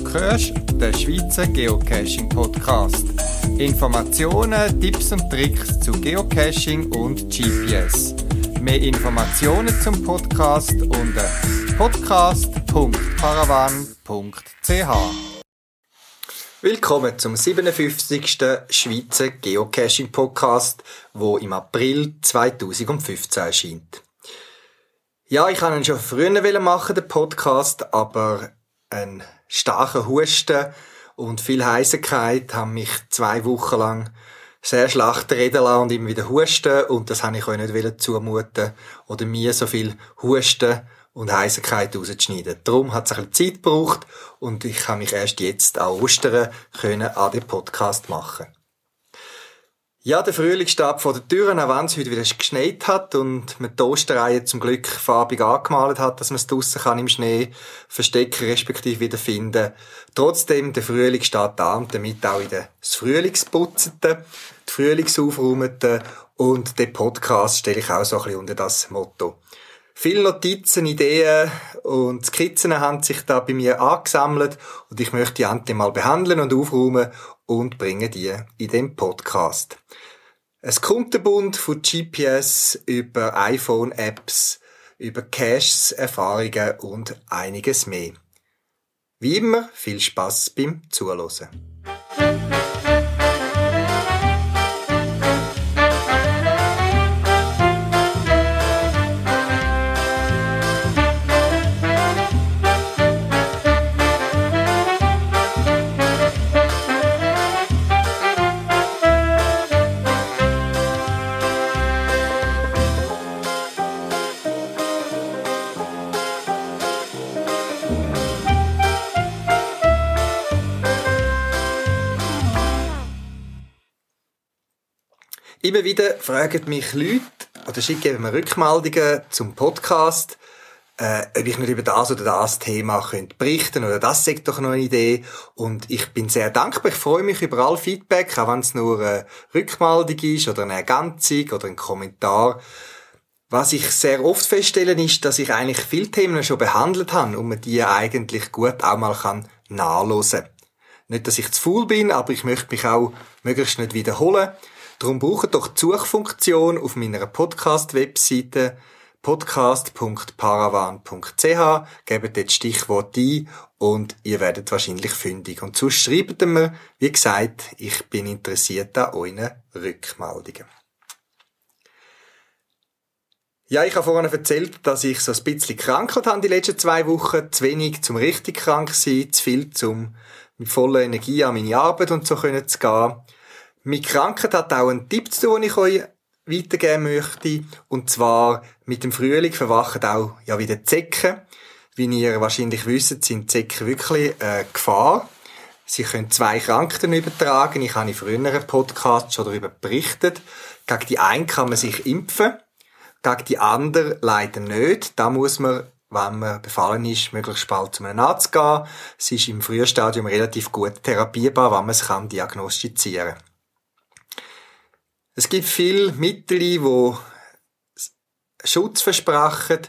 Du hörst den Schweizer Geocaching-Podcast. Informationen, Tipps und Tricks zu Geocaching und GPS. Mehr Informationen zum Podcast unter podcast.paravan.ch. Willkommen zum 57. Schweizer Geocaching-Podcast, wo im April 2015 erscheint. Ja, ich wollte ihn schon früher machen, den Podcast, aber ein starker Husten und viel Heiserkeit haben mich 2 Wochen lang sehr schlecht reden lassen und immer wieder husten, und das wollte ich euch nicht zumuten oder mir so viel Husten und Heiserkeit rauszuschneiden. Darum hat es ein bisschen Zeit gebraucht und ich habe mich erst jetzt an Ostern an den Podcast machen. Ja, der Frühling steht vor der Tür, auch wenn es heute wieder geschneit hat und man die Osterreihe zum Glück farbig angemalt hat, dass man es draussen kann im Schnee verstecken respektive wiederfinden. Trotzdem, der Frühling steht da und damit auch wieder das Frühlingsputzende, die Frühlingsaufräumende, und den Podcast stelle ich auch so ein bisschen unter das Motto. Viele Notizen, Ideen und Skizzen haben sich da bei mir angesammelt und ich möchte die endlich mal behandeln und aufräumen und bringe die in den Podcast. Es kommt der Bund von GPS über iPhone-Apps, über Caches, Erfahrungen und einiges mehr. Wie immer, viel Spass beim Zuhören. Immer wieder fragen mich Leute oder schicken mir Rückmeldungen zum Podcast, ob ich nicht über das oder das Thema berichten könnte oder das sagt doch noch eine Idee. Und ich bin sehr dankbar, ich freue mich über all Feedback, auch wenn es nur eine Rückmeldung ist oder eine Ergänzung oder ein Kommentar. Was ich sehr oft feststelle, ist, dass ich eigentlich viele Themen schon behandelt habe und man die eigentlich gut auch mal nachhören kann. Nicht, dass ich zu faul bin, aber ich möchte mich auch möglichst nicht wiederholen. Darum braucht doch die Suchfunktion auf meiner Podcast-Webseite podcast.paravan.ch, gebt dort das Stichwort ein und ihr werdet wahrscheinlich fündig. Und sonst schreibt mir, wie gesagt, ich bin interessiert an euren Rückmeldungen. Ja, ich habe vorhin erzählt, dass ich so ein bisschen krankelt habe die letzten 2 Wochen. Zu wenig zum richtig krank sein, zu viel zum mit voller Energie an meine Arbeit und so zu gehen. Mit Krankheit hat auch einen Tipp zu tun, den ich euch weitergeben möchte. Und zwar, mit dem Frühling verwachen auch wieder die Zecken. Wie ihr wahrscheinlich wisst, sind Zecken wirklich eine Gefahr. Sie können 2 Krankheiten übertragen. Ich habe in früheren Podcasts schon darüber berichtet. Gegen die eine kann man sich impfen, gegen die andere leider nicht. Da muss man, wenn man befallen ist, möglichst bald zu einem Arzt gehen. Es ist im Frühstadium relativ gut therapierbar, wenn man es diagnostizieren kann. Es gibt viele Mittel, die Schutz versprechen.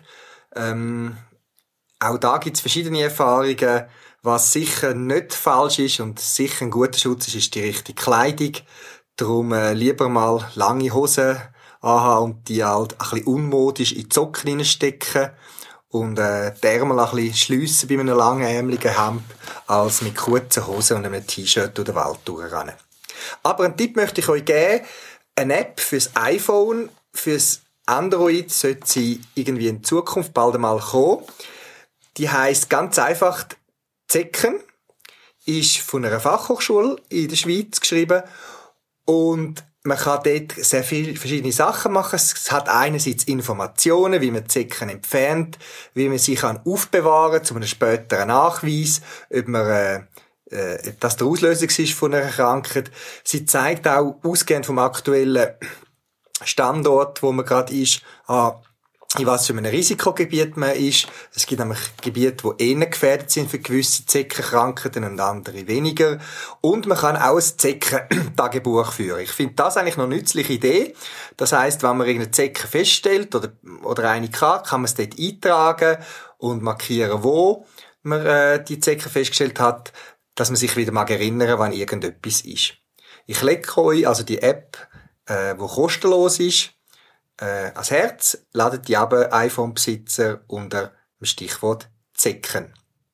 Auch da gibt es verschiedene Erfahrungen. Was sicher nicht falsch ist und sicher ein guter Schutz ist die richtige Kleidung. Darum lieber mal lange Hosen anhaben und die halt ein bisschen unmodisch in die Socken reinstecken und die Ärmel ein bisschen schliessen bei einem langärmeligen Hemd, als mit kurzen Hosen und einem T-Shirt durch die Welt durchrennen. Aber einen Tipp möchte ich euch geben. Eine App fürs iPhone, fürs Android sollte sie irgendwie in Zukunft bald einmal kommen. Die heisst ganz einfach Zecken, ist von einer Fachhochschule in der Schweiz geschrieben und man kann dort sehr viele verschiedene Sachen machen. Es hat einerseits Informationen, wie man Zecken entfernt, wie man sie aufbewahren kann zu einem späteren Nachweis, ob das der Auslöser ist von einer Krankheit. Sie zeigt auch, ausgehend vom aktuellen Standort, wo man gerade ist, in was für einem Risikogebiet man ist. Es gibt nämlich Gebiete, die eher gefährdet sind für gewisse Zeckenkrankheiten und andere weniger. Und man kann auch ein Zecken-Tagebuch führen. Ich finde das eigentlich noch eine nützliche Idee. Das heisst, wenn man irgendeine Zecke feststellt oder eine kann man es dort eintragen und markieren, wo. man die Zecke festgestellt hat, dass man sich wieder mag erinnern, wann irgendetwas ist. Ich lege euch also die App, die kostenlos ist, ans Herz, ladet die ab, iPhone-Besitzer, unter dem Stichwort Zecken.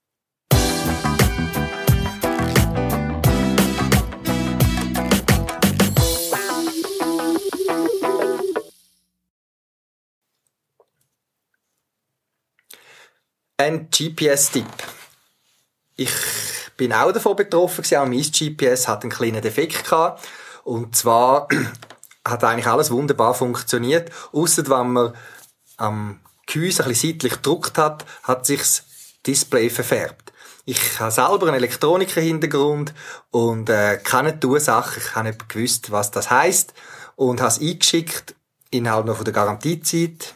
Ein GPS-Tipp. Ich bin auch davon betroffen gewesen, auch mein GPS hat einen kleinen Defekt gehabt. Und zwar hat eigentlich alles wunderbar funktioniert, ausser wenn man am Gehäuse ein bisschen seitlich gedrückt hat, hat sich das Display verfärbt. Ich habe selber einen Elektroniker-Hintergrund und kenne die Ursache. Ich habe nicht gewusst, was das heisst und habe es eingeschickt, innerhalb noch von der Garantiezeit.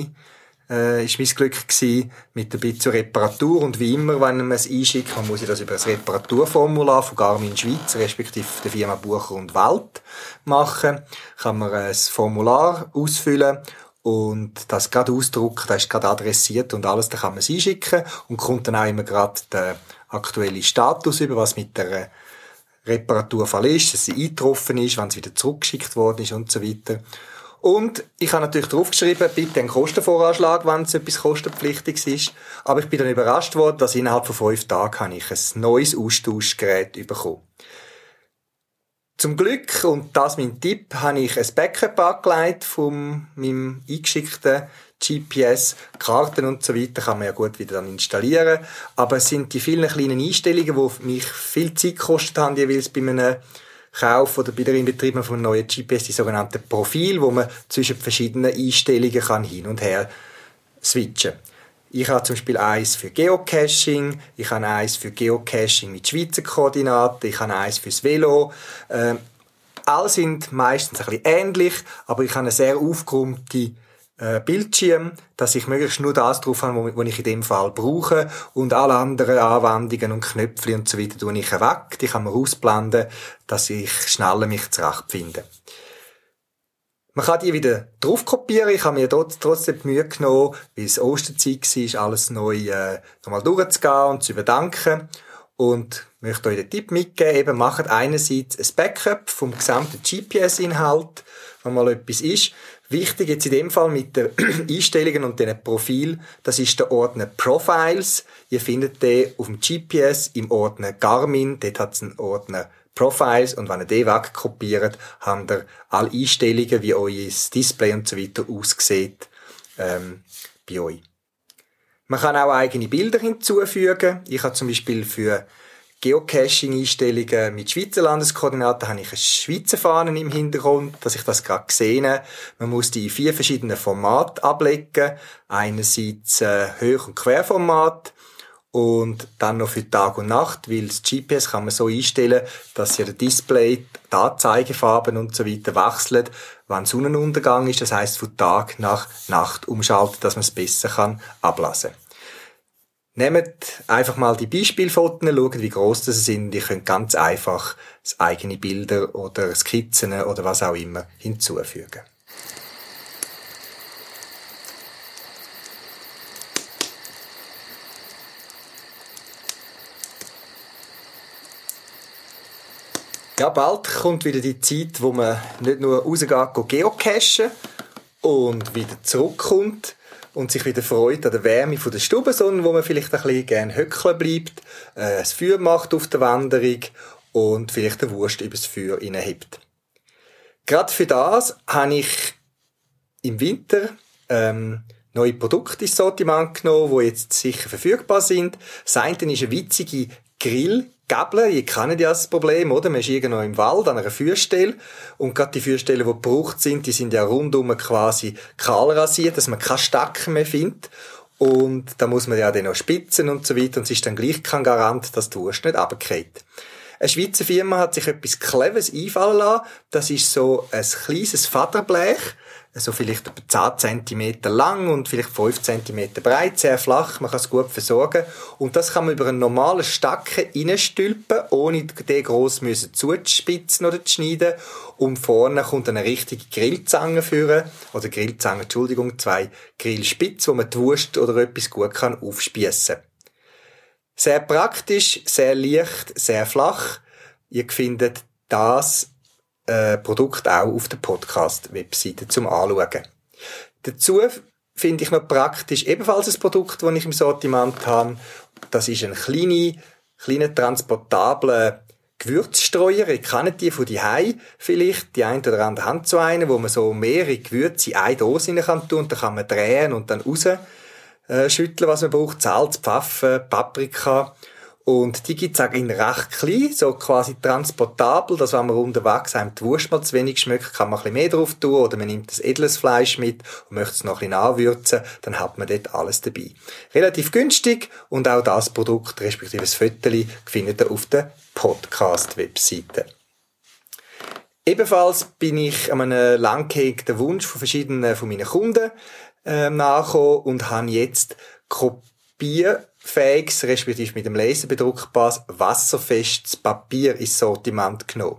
Ist mein Glück gewesen, mit ein bisschen Reparatur. Und wie immer, wenn man es einschickt, muss ich das über ein Reparaturformular von Garmin Schweiz, respektive der Firma Bucher und Welt, machen. Kann man ein Formular ausfüllen und das gerade ausdrucken, das ist gerade adressiert und alles, da kann man es einschicken und kommt dann auch immer gerade den aktuellen Status über, was mit der Reparaturfall ist, dass sie eingetroffen ist, wenn es wieder zurückgeschickt worden ist und so weiter. Und ich habe natürlich draufgeschrieben, bitte einen Kostenvoranschlag, wenn es etwas kostenpflichtig ist. Aber ich bin dann überrascht worden, dass innerhalb von 5 Tagen habe ich ein neues Austauschgerät bekommen. Zum Glück, und das mein Tipp, habe ich ein Backup angelegt von meinem eingeschickten GPS, Karten und so weiter, kann man ja gut wieder dann installieren. Aber es sind die vielen kleinen Einstellungen, die mich viel Zeit gekostet haben, jeweils bei einem Kauf oder bei der Inbetriebnahme von einem neuen GPS, die sogenannten Profil, wo man zwischen verschiedenen Einstellungen kann hin und her switchen. Ich habe zum Beispiel eins für Geocaching, ich habe eins für Geocaching mit Schweizer Koordinaten, ich habe eins fürs Velo. Alle sind meistens ein bisschen ähnlich, aber ich habe eine sehr aufgeräumte Bildschirm, dass ich möglichst nur das drauf habe, was ich in dem Fall brauche, und alle anderen Anwendungen und Knöpfe und so weiter tue ich weg. Die kann man ausblenden, dass ich schneller mich zurechtfinde. Man kann die wieder drauf kopieren. Ich habe mir dort trotzdem die Mühe genommen, weil es Osterzeit war, alles neu nochmal durchzugehen und zu überdenken. Und möchte euch den Tipp mitgeben, eben macht einerseits ein Backup vom gesamten GPS-Inhalt, wenn mal etwas ist. Wichtig jetzt in dem Fall mit den Einstellungen und den Profil, das ist der Ordner Profiles. Ihr findet den auf dem GPS im Ordner Garmin, dort hat es einen Ordner Profiles, und wenn ihr den wegkopiert, habt ihr alle Einstellungen, wie euer Display und so weiter aussieht, bei euch. Man kann auch eigene Bilder hinzufügen. Ich habe zum Beispiel für Geocaching-Einstellungen mit Schweizer Landeskoordinaten habe ich eine Schweizer Fahne im Hintergrund, dass ich das gerade sehe. Man muss die in 4 verschiedenen Formaten ablegen. Einerseits Hoch- und Querformat und dann noch für Tag und Nacht, weil das GPS kann man so einstellen, dass ja der Display, die Anzeigefarben und so weiter wechselt, wenn Sonnenuntergang ist, das heisst von Tag nach Nacht umschaltet, dass man es besser ablesen kann. Nehmt einfach mal die Beispielfotos, schaut, wie gross das sind. Ihr könnt ganz einfach das eigene Bilder oder Skizzen oder was auch immer hinzufügen. Ja, bald kommt wieder die Zeit, wo man nicht nur rausgeht, geocachen und wieder zurückkommt und sich wieder freut an der Wärme von der Stube, sondern wo man vielleicht ein bisschen gerne hückeln bleibt, ein Feuer macht auf der Wanderung und vielleicht eine Wurst übers Feuer hineinhebt. Gerade für das habe ich im Winter neue Produkte ins Sortiment genommen, die jetzt sicher verfügbar sind. Das eine ist eine witzige Grillgabel. Ihr kennt ja das Problem, oder? Man ist irgendwo im Wald an einer Feuerstelle und gerade die Feuerstellen, die gebraucht sind, die sind ja rundum quasi kahl rasiert, dass man keine Stacken mehr findet. Und da muss man ja dann noch spitzen und so weiter, und es ist dann gleich kein Garant, dass die Wurst nicht runterfällt. Eine Schweizer Firma hat sich etwas Cleveres einfallen lassen. Das ist so ein kleines Faderblech, so vielleicht etwa 10 cm lang und vielleicht 5 cm breit, sehr flach, man kann es gut versorgen. Und das kann man über einen normalen Stacken reinstülpen, ohne den gross zuzuspitzen oder zu schneiden. Und vorne kommt eine richtige Grillzange führen, oder Grillzange, 2 Grillspitzen, wo man die Wurst oder etwas gut kann aufspiessen. Sehr praktisch, sehr leicht, sehr flach. Ihr findet das Produkt auch auf der Podcast-Webseite zum Anschauen. Dazu finde ich noch praktisch ebenfalls ein Produkt, das ich im Sortiment habe. Das ist ein kleiner transportabler Gewürzstreuer. Ihr kennt die von daheim vielleicht. Die eine oder andere haben so einen, wo man so mehrere Gewürze in eine Dose rein kann tun und dann kann man drehen und dann rausschütteln, was man braucht. Salz, Pfeffer, Paprika. Und die gibt's auch in recht klein, so quasi transportabel, dass wenn man unterwegs einem die Wurst mal zu wenig schmeckt, kann man ein bisschen mehr drauf tun, oder man nimmt das edles Fleisch mit und möchte es noch ein bisschen anwürzen, dann hat man dort alles dabei. Relativ günstig, und auch das Produkt, respektive das Föteli, findet ihr auf der Podcast-Webseite. Ebenfalls bin ich an einem lang gehegten Wunsch von verschiedenen von meinen Kunden nachgekommen und habe jetzt kopierfähiges, respektive mit dem Laser bedruckbares, wasserfestes Papier ins Sortiment genommen.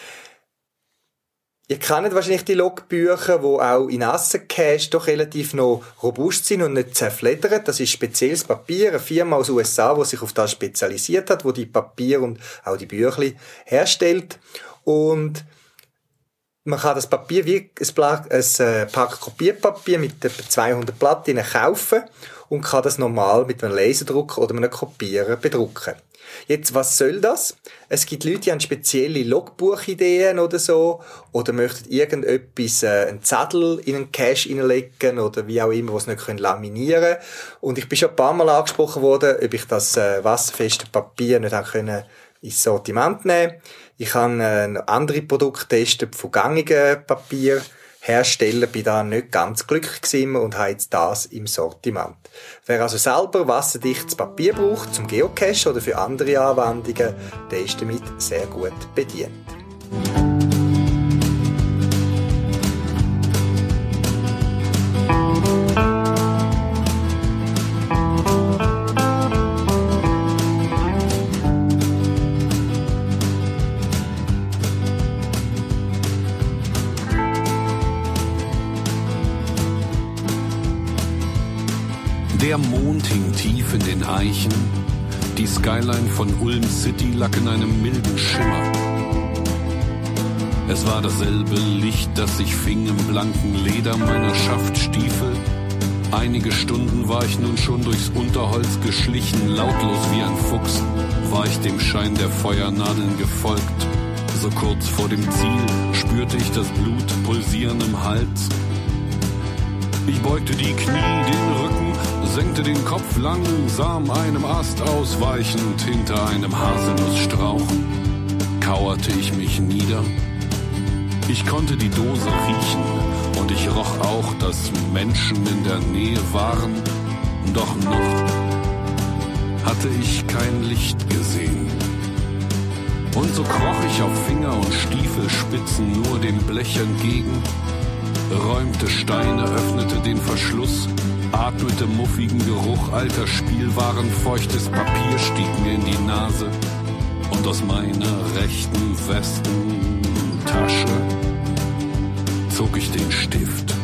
Ihr kennt wahrscheinlich die Logbücher, die auch in Assencache doch relativ noch robust sind und nicht zerfleddern. Das ist spezielles Papier, eine Firma aus USA, die sich auf das spezialisiert hat, die die Papier und auch die Büchli herstellt. Und man kann das Papier wie ein Pack Kopierpapier mit etwa 200 Platten kaufen und kann das normal mit einem Laserdrucker oder einem Kopierer bedrucken. Jetzt, was soll das? Es gibt Leute, die haben spezielle Logbuchideen oder so, oder möchten irgendetwas, einen Zettel in einen Cache hineinlegen oder wie auch immer, was nicht laminieren können. Und ich bin schon ein paar Mal angesprochen worden, ob ich das wasserfeste Papier nicht auch ins Sortiment nehmen können. Ich habe andere Produkte getestet von gängigen Papierherstellern, bin da nicht ganz glücklich gewesen und habe jetzt das im Sortiment. Wer also selber wasserdichtes Papier braucht zum Geocachen oder für andere Anwendungen, der ist damit sehr gut bedient. Der Mond hing tief in den Eichen, die Skyline von Ulm City lag in einem milden Schimmer. Es war dasselbe Licht, das sich fing im blanken Leder meiner Schaftstiefel. Einige Stunden war ich nun schon durchs Unterholz geschlichen, lautlos wie ein Fuchs war ich dem Schein der Feuernadeln gefolgt. So kurz vor dem Ziel spürte ich das Blut pulsieren im Hals. Ich beugte die Knie, den Rücken, senkte den Kopf langsam einem Ast ausweichend. Hinter einem Haselnussstrauch kauerte ich mich nieder. Ich konnte die Dose riechen und ich roch auch, dass Menschen in der Nähe waren. Doch noch hatte ich kein Licht gesehen. Und so kroch ich auf Finger und Stiefelspitzen nur dem Blech entgegen, räumte Steine, öffnete den Verschluss, atmete muffigen Geruch alter Spielwaren, feuchtes Papier stieg mir in die Nase und aus meiner rechten Westentasche zog ich den Stift.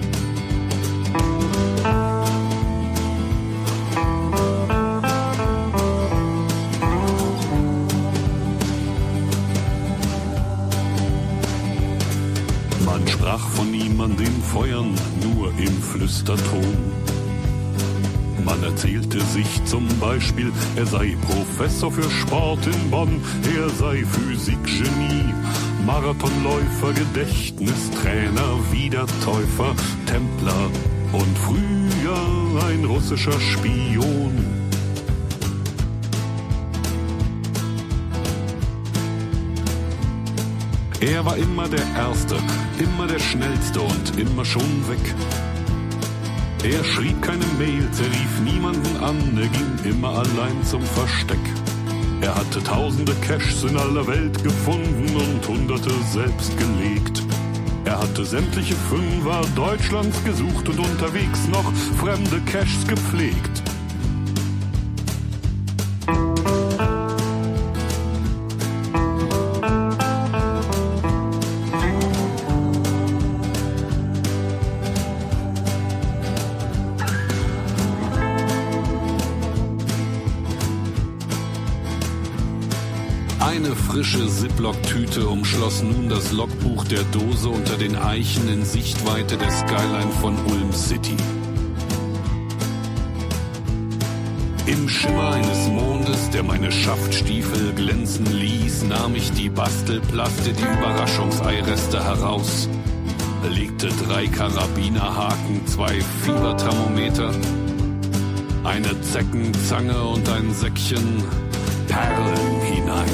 Man sprach von ihm an den Feuern nur im Flüsterton. Man erzählte sich zum Beispiel, er sei Professor für Sport in Bonn, er sei Physikgenie, Marathonläufer, Gedächtnistrainer, Wiedertäufer, Templer und früher ein russischer Spion. Er war immer der Erste, immer der Schnellste und immer schon weg. Er schrieb keine Mails, er rief niemanden an, er ging immer allein zum Versteck. Er hatte tausende Caches in aller Welt gefunden und hunderte selbst gelegt. Er hatte sämtliche Fünfer Deutschlands gesucht und unterwegs noch fremde Caches gepflegt. Eine frische Ziploc-Tüte umschloss nun das Logbuch der Dose unter den Eichen in Sichtweite der Skyline von Ulm City. Im Schimmer eines Mondes, der meine Schaftstiefel glänzen ließ, nahm ich die Bastelplaste, die Überraschungseireste heraus, legte 3 Karabinerhaken, 2 Fieberthermometer, eine Zeckenzange und ein Säckchen Perlen hinein.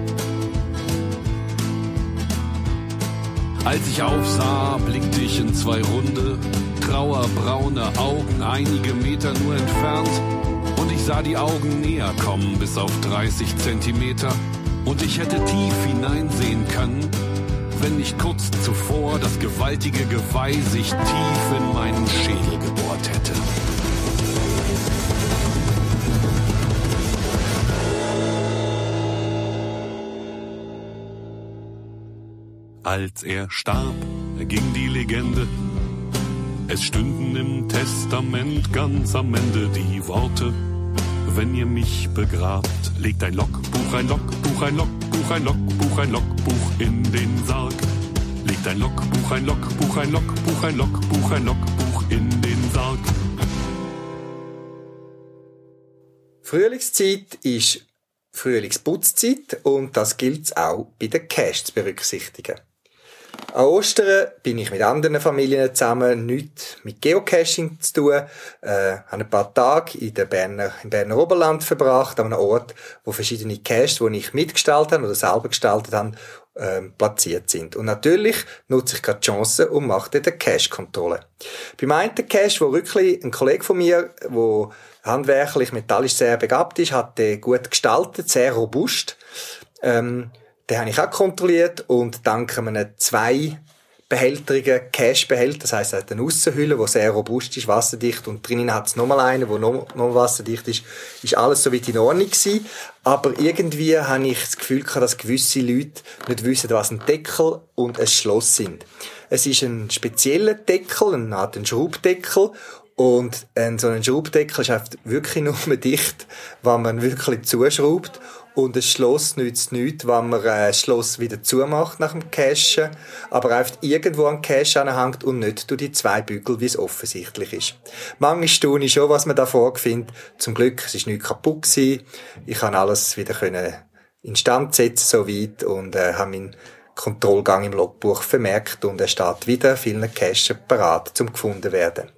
Als ich aufsah, blickte ich in 2 runde, grauer-braune Augen einige Meter nur entfernt und ich sah die Augen näher kommen bis auf 30 Zentimeter und ich hätte tief hineinsehen können, wenn nicht kurz zuvor das gewaltige Geweih sich tief in meinen Schädel gebohrt hätte. Als er starb, ging die Legende. Es stünden im Testament ganz am Ende die Worte: Wenn ihr mich begrabt, legt ein Logbuch, ein Logbuch, ein Logbuch, ein Logbuch, ein Logbuch in den Sarg. Legt ein Logbuch, ein Logbuch, ein Logbuch, ein Logbuch, ein Logbuch in den Sarg. Frühlingszeit ist Frühlingsputzzeit und das gilt auch bei den Caches zu berücksichtigen. An Ostern bin ich mit anderen Familien zusammen, nichts mit Geocaching zu tun, habe ein paar Tage im Berner Oberland verbracht, an einem Ort, wo verschiedene Caches, die ich mitgestaltet habe oder selber gestaltet habe, platziert sind. Und natürlich nutze ich gerade die Chance und mache dort eine Cache-Kontrolle. Beim einen Cache, wo wirklich ein Kollege von mir, der handwerklich, metallisch sehr begabt ist, hat den gut gestaltet, sehr robust. Den habe ich auch kontrolliert und dank einem 2-behälterigen Cache-Behälter, das heisst, er hat eine Aussenhülle, die sehr robust ist, wasserdicht, und drinnen hat es nochmal einen, der noch wasserdicht ist alles soweit in Ordnung gewesen. Aber irgendwie habe ich das Gefühl gehabt, dass gewisse Leute nicht wissen, was ein Deckel und ein Schloss sind. Es ist ein spezieller Deckel, eine Art Schraubdeckel, und so ein Schraubdeckel ist einfach wirklich nur dicht, wenn man wirklich zuschraubt. Und ein Schloss nützt nichts, wenn man das Schloss wieder zumacht nach dem Cachen, aber einfach irgendwo an den Cache anhängt und nicht durch die 2 Bügel, wie es offensichtlich ist. Manchmal staune ich schon, was man da vorfindet. Zum Glück, es ist nichts kaputt gewesen. Ich konnte alles wieder instand setzen, soweit, und habe meinen Kontrollgang im Logbuch vermerkt, und er steht wieder vielen Caches parat, zum gefunden werden.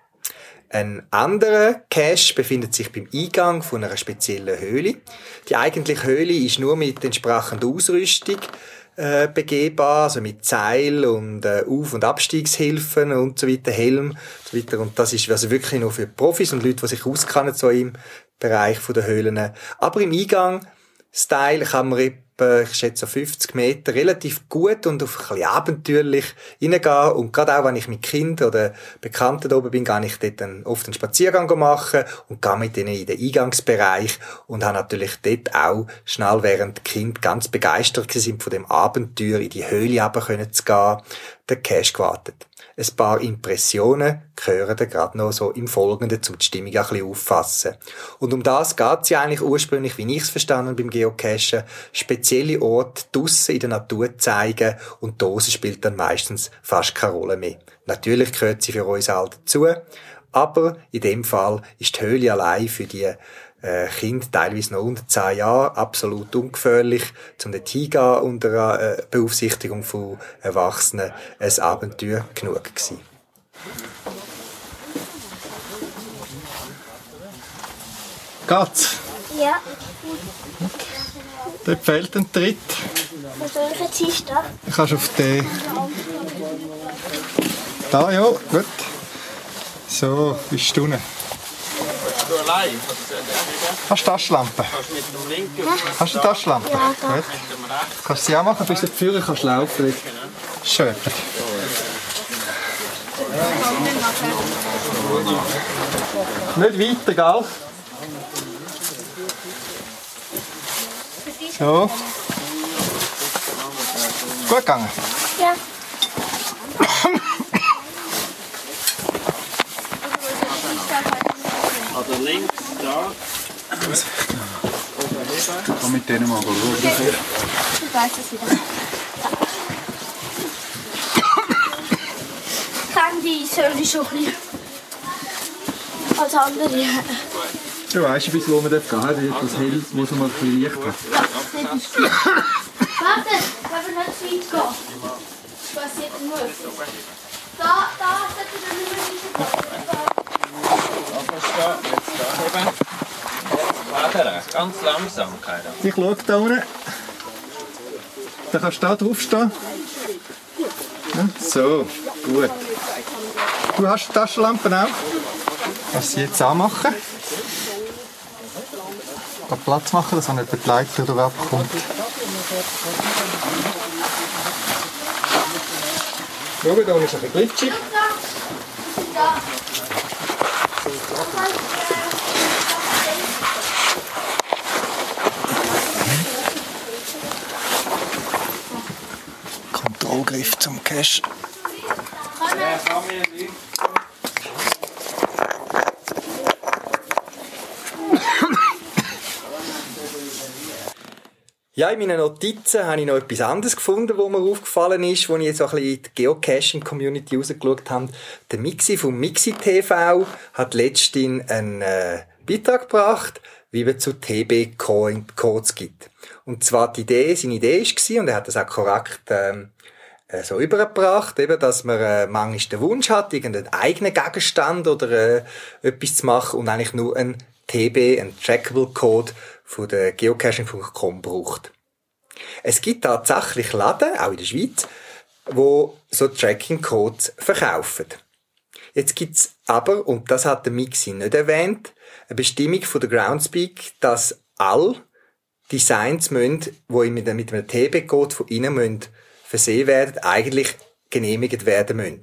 Ein anderer Cache befindet sich beim Eingang von einer speziellen Höhle. Die eigentliche Höhle ist nur mit entsprechender Ausrüstung begehbar, also mit Seil und Auf- und Abstiegshilfen und so weiter, Helm und so weiter. Und das ist also wirklich nur für Profis und Leute, die sich auskennen so im Bereich der Höhlen. Aber im Eingang-Style kann man ich schätze 50 Meter, relativ gut und auf ein bisschen abenteuerlich reingehen. Und gerade auch, wenn ich mit Kindern oder Bekannten da oben bin, gehe ich dort oft einen Spaziergang machen und gehe mit denen in den Eingangsbereich und habe natürlich dort auch schnell, während die Kinder ganz begeistert sind von dem Abenteuer, in die Höhle runter zu gehen, den Cache gewartet. Ein paar Impressionen gehören da gerade noch so im Folgenden, um die Stimmung ein bisschen auffassen. Und um das geht es ja eigentlich ursprünglich, wie ich es verstanden beim Geocachen, spezielle Orte draussen in der Natur zeigen, und die Dose spielt dann meistens fast keine Rolle mehr. Natürlich gehört sie für uns alle dazu, aber in dem Fall ist die Höhle allein für die Kinder, teilweise noch unter 10 Jahren, absolut ungefährlich, zum dort hingehen unter einer Beaufsichtigung von Erwachsenen, ein Abenteuer genug gewesen. Geht's? Ja. Dort fehlt ein Tritt. Wo soll ich jetzt hinstehen? Du kannst auf den... Da, ja, gut. So, bist du unten. Du allein? Hast du Taschenlampe? Hast du eine Taschenlampe? Ja, da. Gut. Kannst du sie auch machen, bis du die Führer kannst laufen. Schön. Nicht weiter, gell? So. Gut gegangen? Ja. Also links da. Komm mit denen mal schauen. Ich weiß es wieder. Candy soll ich schon ein bisschen als andere. Du weißt ein bisschen, wo man gehen darf. Etwas Helles, wo es mal ein bisschen Licht hat. Ja, das ist gut. Warte, wenn wir nicht zu weit gehen. Es passiert nur etwas. Da sollte ich nicht mehr Jetzt da eben. Jetzt ganz langsam, Kaira. Ich schaue da unten. Da kannst du da drauf stehen. Ja, so, gut. Du hast die Taschenlampen auch. Was sie jetzt anmachen. Da Platz machen, dass nicht die Leiter da abkommt. Schau, da ist ein bisschen glitschig. Kontrollgriff zum Cache. Ja, in meinen Notizen habe ich noch etwas anderes gefunden, was mir aufgefallen ist, als ich jetzt so ein bisschen in die Geocaching-Community rausgeschaut habe. Der Mixi vom Mixi TV hat letztens einen Beitrag gebracht, wie man zu TB-Codes gibt. Und zwar seine Idee war, und er hat das auch korrekt so übergebracht, eben, dass man manchmal den Wunsch hat, irgendeinen eigenen Gegenstand oder etwas zu machen und eigentlich nur einen einen Trackable Code von der geocaching.com braucht. Es gibt tatsächlich Läden, auch in der Schweiz, wo so Tracking-Codes verkaufen. Jetzt gibt's aber, und das hat der Mixi nicht erwähnt, eine Bestimmung von der Groundspeak, dass all Designs müssen, die mit einem TB-Code von innen versehen werden, eigentlich genehmigt werden müssen.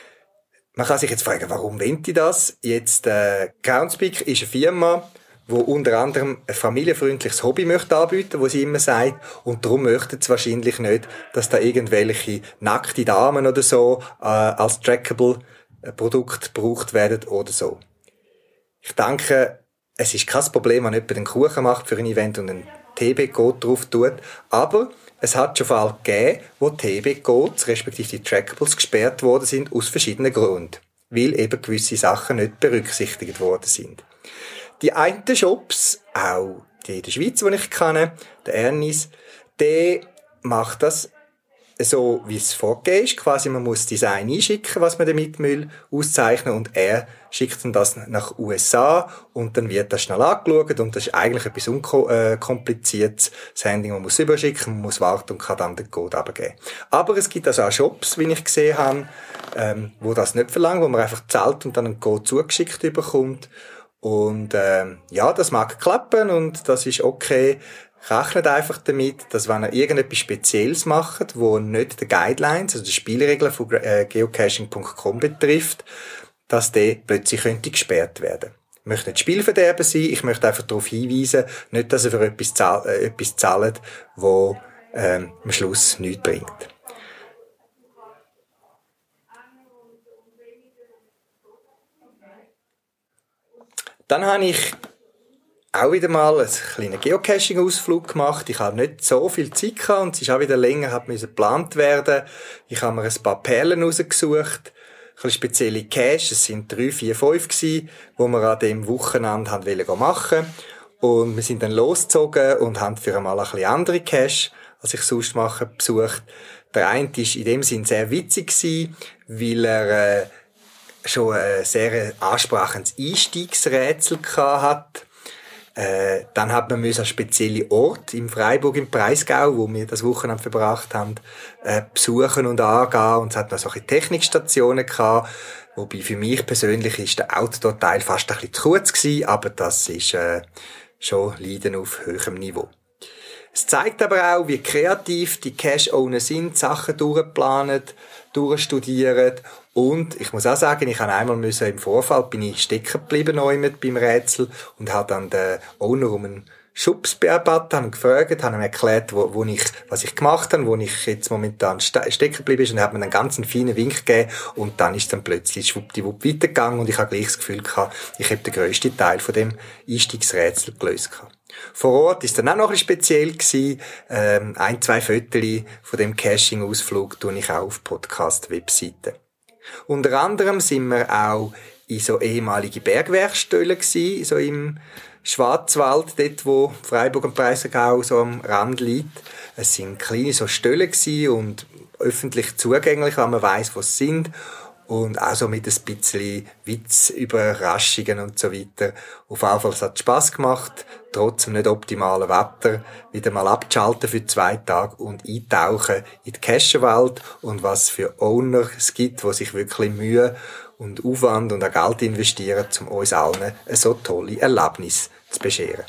Man kann sich jetzt fragen, warum wollen die das? Jetzt, Groundspeak ist eine Firma, die unter anderem ein familienfreundliches Hobby möchte anbieten, wo sie immer sagt, und darum möchten sie wahrscheinlich nicht, dass da irgendwelche nackte Damen oder so als trackable Produkt gebraucht werden oder so. Ich denke, es ist kein Problem, wenn jemand einen Kuchen macht für ein Event und einen TB-Code drauf tut, aber es hat schon Fälle gegeben, wo TB-Codes, respektive die Trackables, gesperrt worden sind, aus verschiedenen Gründen. Weil eben gewisse Sachen nicht berücksichtigt worden sind. Die einen Shops, auch die in der Schweiz, die ich kenne, der Ernis, der macht das so, wie es vorgegeben ist. Quasi, man muss Design einschicken, was man damit will, auszeichnen, und er schickt dann das nach USA und dann wird das schnell angeschaut und das ist eigentlich etwas unkompliziertes. Das Handy, man muss überschicken, man muss warten und kann dann den Code abgeben. Aber es gibt also auch Shops, wie ich gesehen habe, wo das nicht verlangen, wo man einfach zahlt und dann einen Code zugeschickt bekommt. Und ja, das mag klappen und das ist okay. Rechnet einfach damit, dass wenn ihr irgendetwas Spezielles macht, wo nicht die Guidelines, also die Spielregeln von geocaching.com betrifft, dass der plötzlich könnte gesperrt werden. Ich möchte nicht Spielverderber sein, ich möchte einfach darauf hinweisen, nicht, dass ihr für etwas zahlt, wo am Schluss nichts bringt. Dann habe ich auch wieder mal einen kleinen Geocaching-Ausflug gemacht. Ich habe nicht so viel Zeit gehabt und es ist auch wieder länger, hat geplant werden. Ich habe mir ein paar Perlen rausgesucht, ein bisschen spezielle Caches. Es sind 3, 4, 5 gewesen, die wir an dem Wochenende machen wollten. Und wir sind dann losgezogen und haben für einmal ein bisschen andere Caches, als ich sonst mache, besucht. Der eine war in dem Sinn sehr witzig gewesen, weil er schon ein sehr ansprechendes Einstiegsrätsel hat. Dann hat man einen speziellen Ort im Freiburg im Breisgau, wo wir das Wochenende verbracht haben, besuchen und angehen. Und es hat noch solche Technikstationen gehabt. Wobei für mich persönlich ist der Outdoor-Teil fast ein bisschen zu kurz gewesen, aber das ist schon Leiden auf höherem Niveau. Es zeigt aber auch, wie kreativ die Cache-Owner sind, Sachen durchplanen, durchstudieren. Und ich muss auch sagen, ich habe einmal im Vorfall bin ich stecken geblieben beim Rätsel und habe dann den Owner um einen Schubs bearbeitet, habe ihn gefragt, habe ihm erklärt, was ich gemacht habe, wo ich jetzt momentan stecken geblieben bin, und hat mir einen ganz feinen Wink gegeben und dann ist dann plötzlich schwuppdiwupp weitergegangen und ich habe gleich das Gefühl gehabt, ich habe den grössten Teil von dem Einstiegsrätsel gelöst gehabt. Vor Ort ist dann auch noch ein bisschen speziell gewesen. 1-2 Fotos von dem Caching-Ausflug tue ich auch auf Podcast-Webseiten. Unter anderem sind wir auch in so ehemalige Bergwerkstellen gewesen, so im Schwarzwald, dort wo Freiburg und Breisgau so am Rand liegt. Es sind kleine so Stellen gewesen und öffentlich zugänglich, weil man weiss, wo sie sind. Und auch so mit ein bisschen Witz, Überraschungen und so weiter. Auf jeden Fall, es hat Spass gemacht, trotz dem nicht optimalen Wetter, wieder mal abzuschalten für 2 Tage und eintauchen in die Cacherwelt und was für Owner es gibt, die sich wirklich Mühe und Aufwand und auch Geld investieren, um uns allen eine so tolle Erlebnis zu bescheren.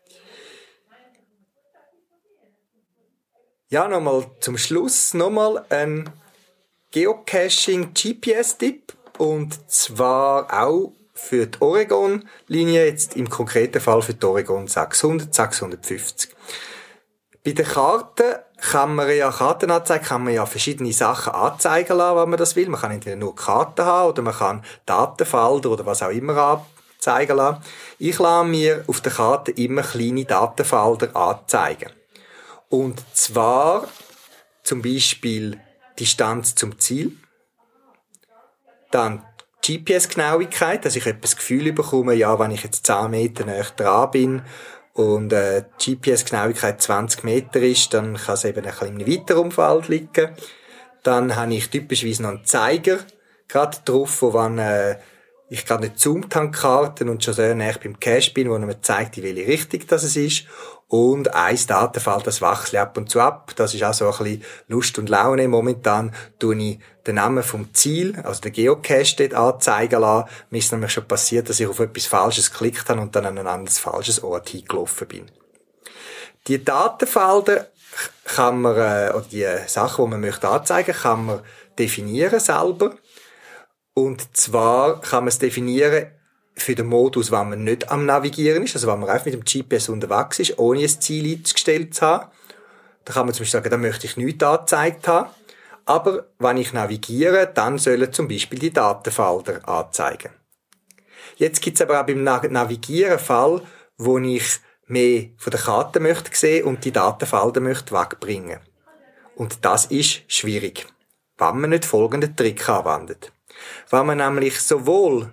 Ja, nochmal zum Schluss ein Geocaching-GPS-Tipp, und zwar auch für die Oregon-Linie, jetzt im konkreten Fall für die Oregon 600, 650. Bei der Kartenanzeige kann man ja verschiedene Sachen anzeigen lassen, wenn man das will. Man kann entweder nur Karten haben oder man kann Datenfelder oder was auch immer anzeigen lassen. Ich lasse mir auf der Karte immer kleine Datenfelder anzeigen. Und zwar zum Beispiel Distanz zum Ziel, dann GPS-Genauigkeit, dass ich etwas Gefühl bekomme, ja, wenn ich jetzt 10 Meter näher dran bin und GPS-Genauigkeit 20 Meter ist, dann kann es eben ein bisschen im weiteren Umfeld liegen. Dann habe ich typischerweise noch einen Zeiger gerade drauf, wo wenn ich gerade nicht gezoomt habe, Karten, und schon sehr näher beim Cache bin, wo mir zeigt, in welche Richtung das ist. Und ein Datenfeld, das wechsle ab und zu ab. Das ist auch so ein bisschen Lust und Laune. Momentan tue ich den Namen vom Ziel, also den Geocache dort anzeigen lassen. Mir ist nämlich schon passiert, dass ich auf etwas Falsches geklickt habe und dann an ein anderes falsches Ort hingelaufen bin. Die Datenfelder kann man, oder die Sachen, die man möchte anzeigen, kann man definieren selber. Und zwar kann man es definieren für den Modus, wenn man nicht am Navigieren ist, also wenn man einfach mit dem GPS unterwegs ist, ohne ein Ziel eingestellt zu haben. Da kann man zum Beispiel sagen, da möchte ich nichts angezeigt haben. Aber wenn ich navigiere, dann sollen zum Beispiel die Datenfelder anzeigen. Jetzt gibt es aber auch beim Navigieren Fall, wo ich mehr von der Karte möchte sehen und die Datenfelder möchte wegbringen. Und das ist schwierig, wenn man nicht folgenden Trick anwendet. Wenn man nämlich sowohl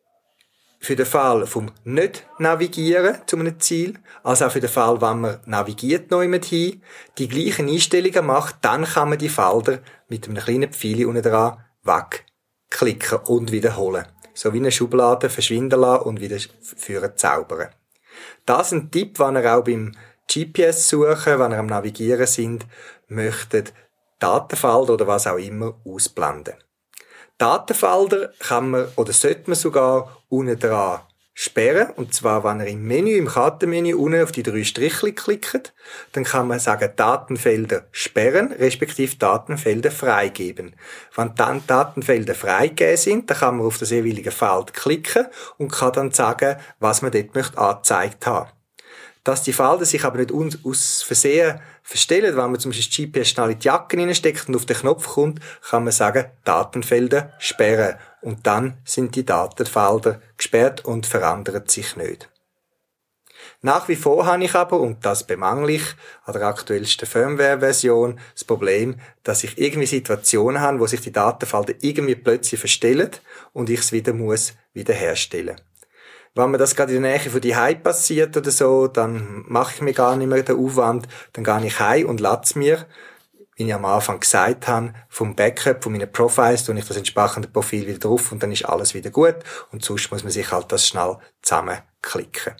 für den Fall vom Nicht-Navigieren zu einem Ziel, als auch für den Fall, wenn man navigiert noch jemand hin, die gleichen Einstellungen macht, dann kann man die Felder mit einem kleinen Pfeil unten dran wegklicken und wiederholen. So wie eine Schublade verschwinden lassen und wieder führen zaubern. Das ist ein Tipp, wenn ihr auch beim GPS suchen, wenn ihr am Navigieren sind, möchtet Datenfelder oder was auch immer ausblenden. Datenfelder kann man oder sollte man sogar unten dran sperren. Und zwar, wenn ihr im Menü, im Kartenmenü unten auf die 3 Striche klickt, dann kann man sagen, Datenfelder sperren, respektive Datenfelder freigeben. Wenn dann Datenfelder freigegeben sind, dann kann man auf das jeweilige Feld klicken und kann dann sagen, was man dort möchte angezeigt haben. Dass die Felder sich aber nicht aus Versehen verstellen, wenn man zum Beispiel das GPS schnell in die Jacke reinsteckt und auf den Knopf kommt, kann man sagen, Datenfelder sperren. Und dann sind die Datenfelder gesperrt und verändern sich nicht. Nach wie vor habe ich aber, und das bemangle ich an der aktuellsten Firmware-Version, das Problem, dass ich irgendwie Situationen habe, wo sich die Datenfelder irgendwie plötzlich verstellen und ich es wieder herstellen. Wenn mir das gerade in der Nähe von die Hause passiert oder so, dann mache ich mir gar nicht mehr den Aufwand, dann gehe ich heim und lade es mir, wie ich am Anfang gesagt habe, vom Backup, von meinen Profiles, und ich das entsprechende Profil wieder drauf und dann ist alles wieder gut und sonst muss man sich halt das schnell zusammenklicken.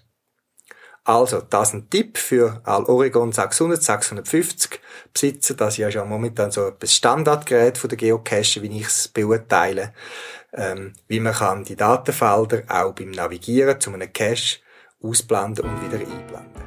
Also, das ist ein Tipp für alle Oregon 600, 650 Besitzer. Das ist ja schon momentan so ein Standardgerät von der Geocache, wie ich es beurteile. Wie man kann die Datenfelder auch beim Navigieren zu einem Cache ausblenden und wieder einblenden.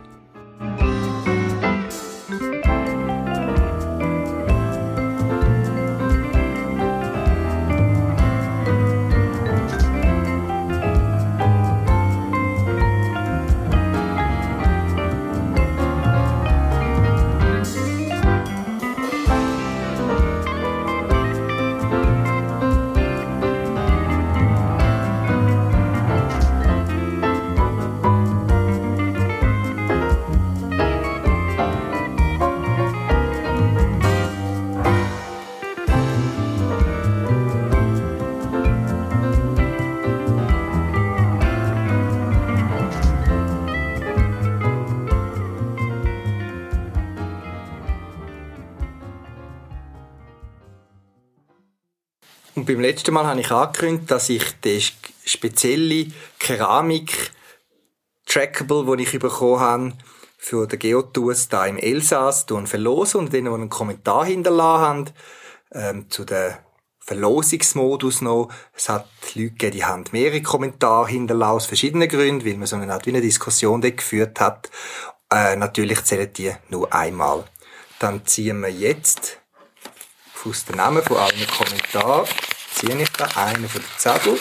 Und beim letzten Mal habe ich angekündigt, dass ich die spezielle Keramik-Trackable, die ich bekommen habe, für den Geotours hier im Elsass verlosen und denen, die einen Kommentar hinterlassen haben, zu dem Verlosungsmodus noch. Es hat Leute gegeben, die haben mehrere Kommentare hinterlassen, aus verschiedenen Gründen, weil man so eine Art wie eine Diskussion dort geführt hat. Natürlich zählen die nur einmal. Dann ziehen wir jetzt aus den Namen von allen Kommentaren, ziehe ich da einen von den Zettel.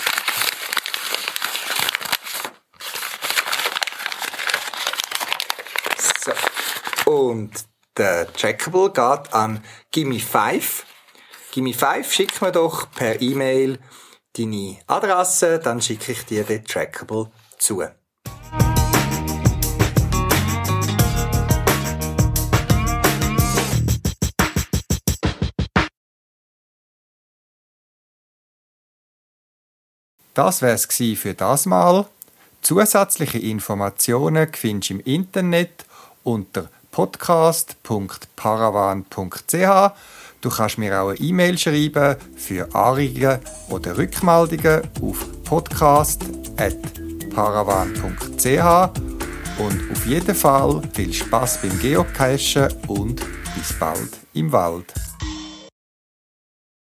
So. Und der Trackable geht an Gimme5. Gimme5, schick mir doch per E-Mail deine Adresse, dann schicke ich dir den Trackable zu. Das wär's für das Mal. Zusätzliche Informationen findest du im Internet unter podcast.paravan.ch. Du kannst mir auch eine E-Mail schreiben für Anregungen oder Rückmeldungen auf podcast.paravan.ch. Und auf jeden Fall viel Spaß beim Geocachen und bis bald im Wald.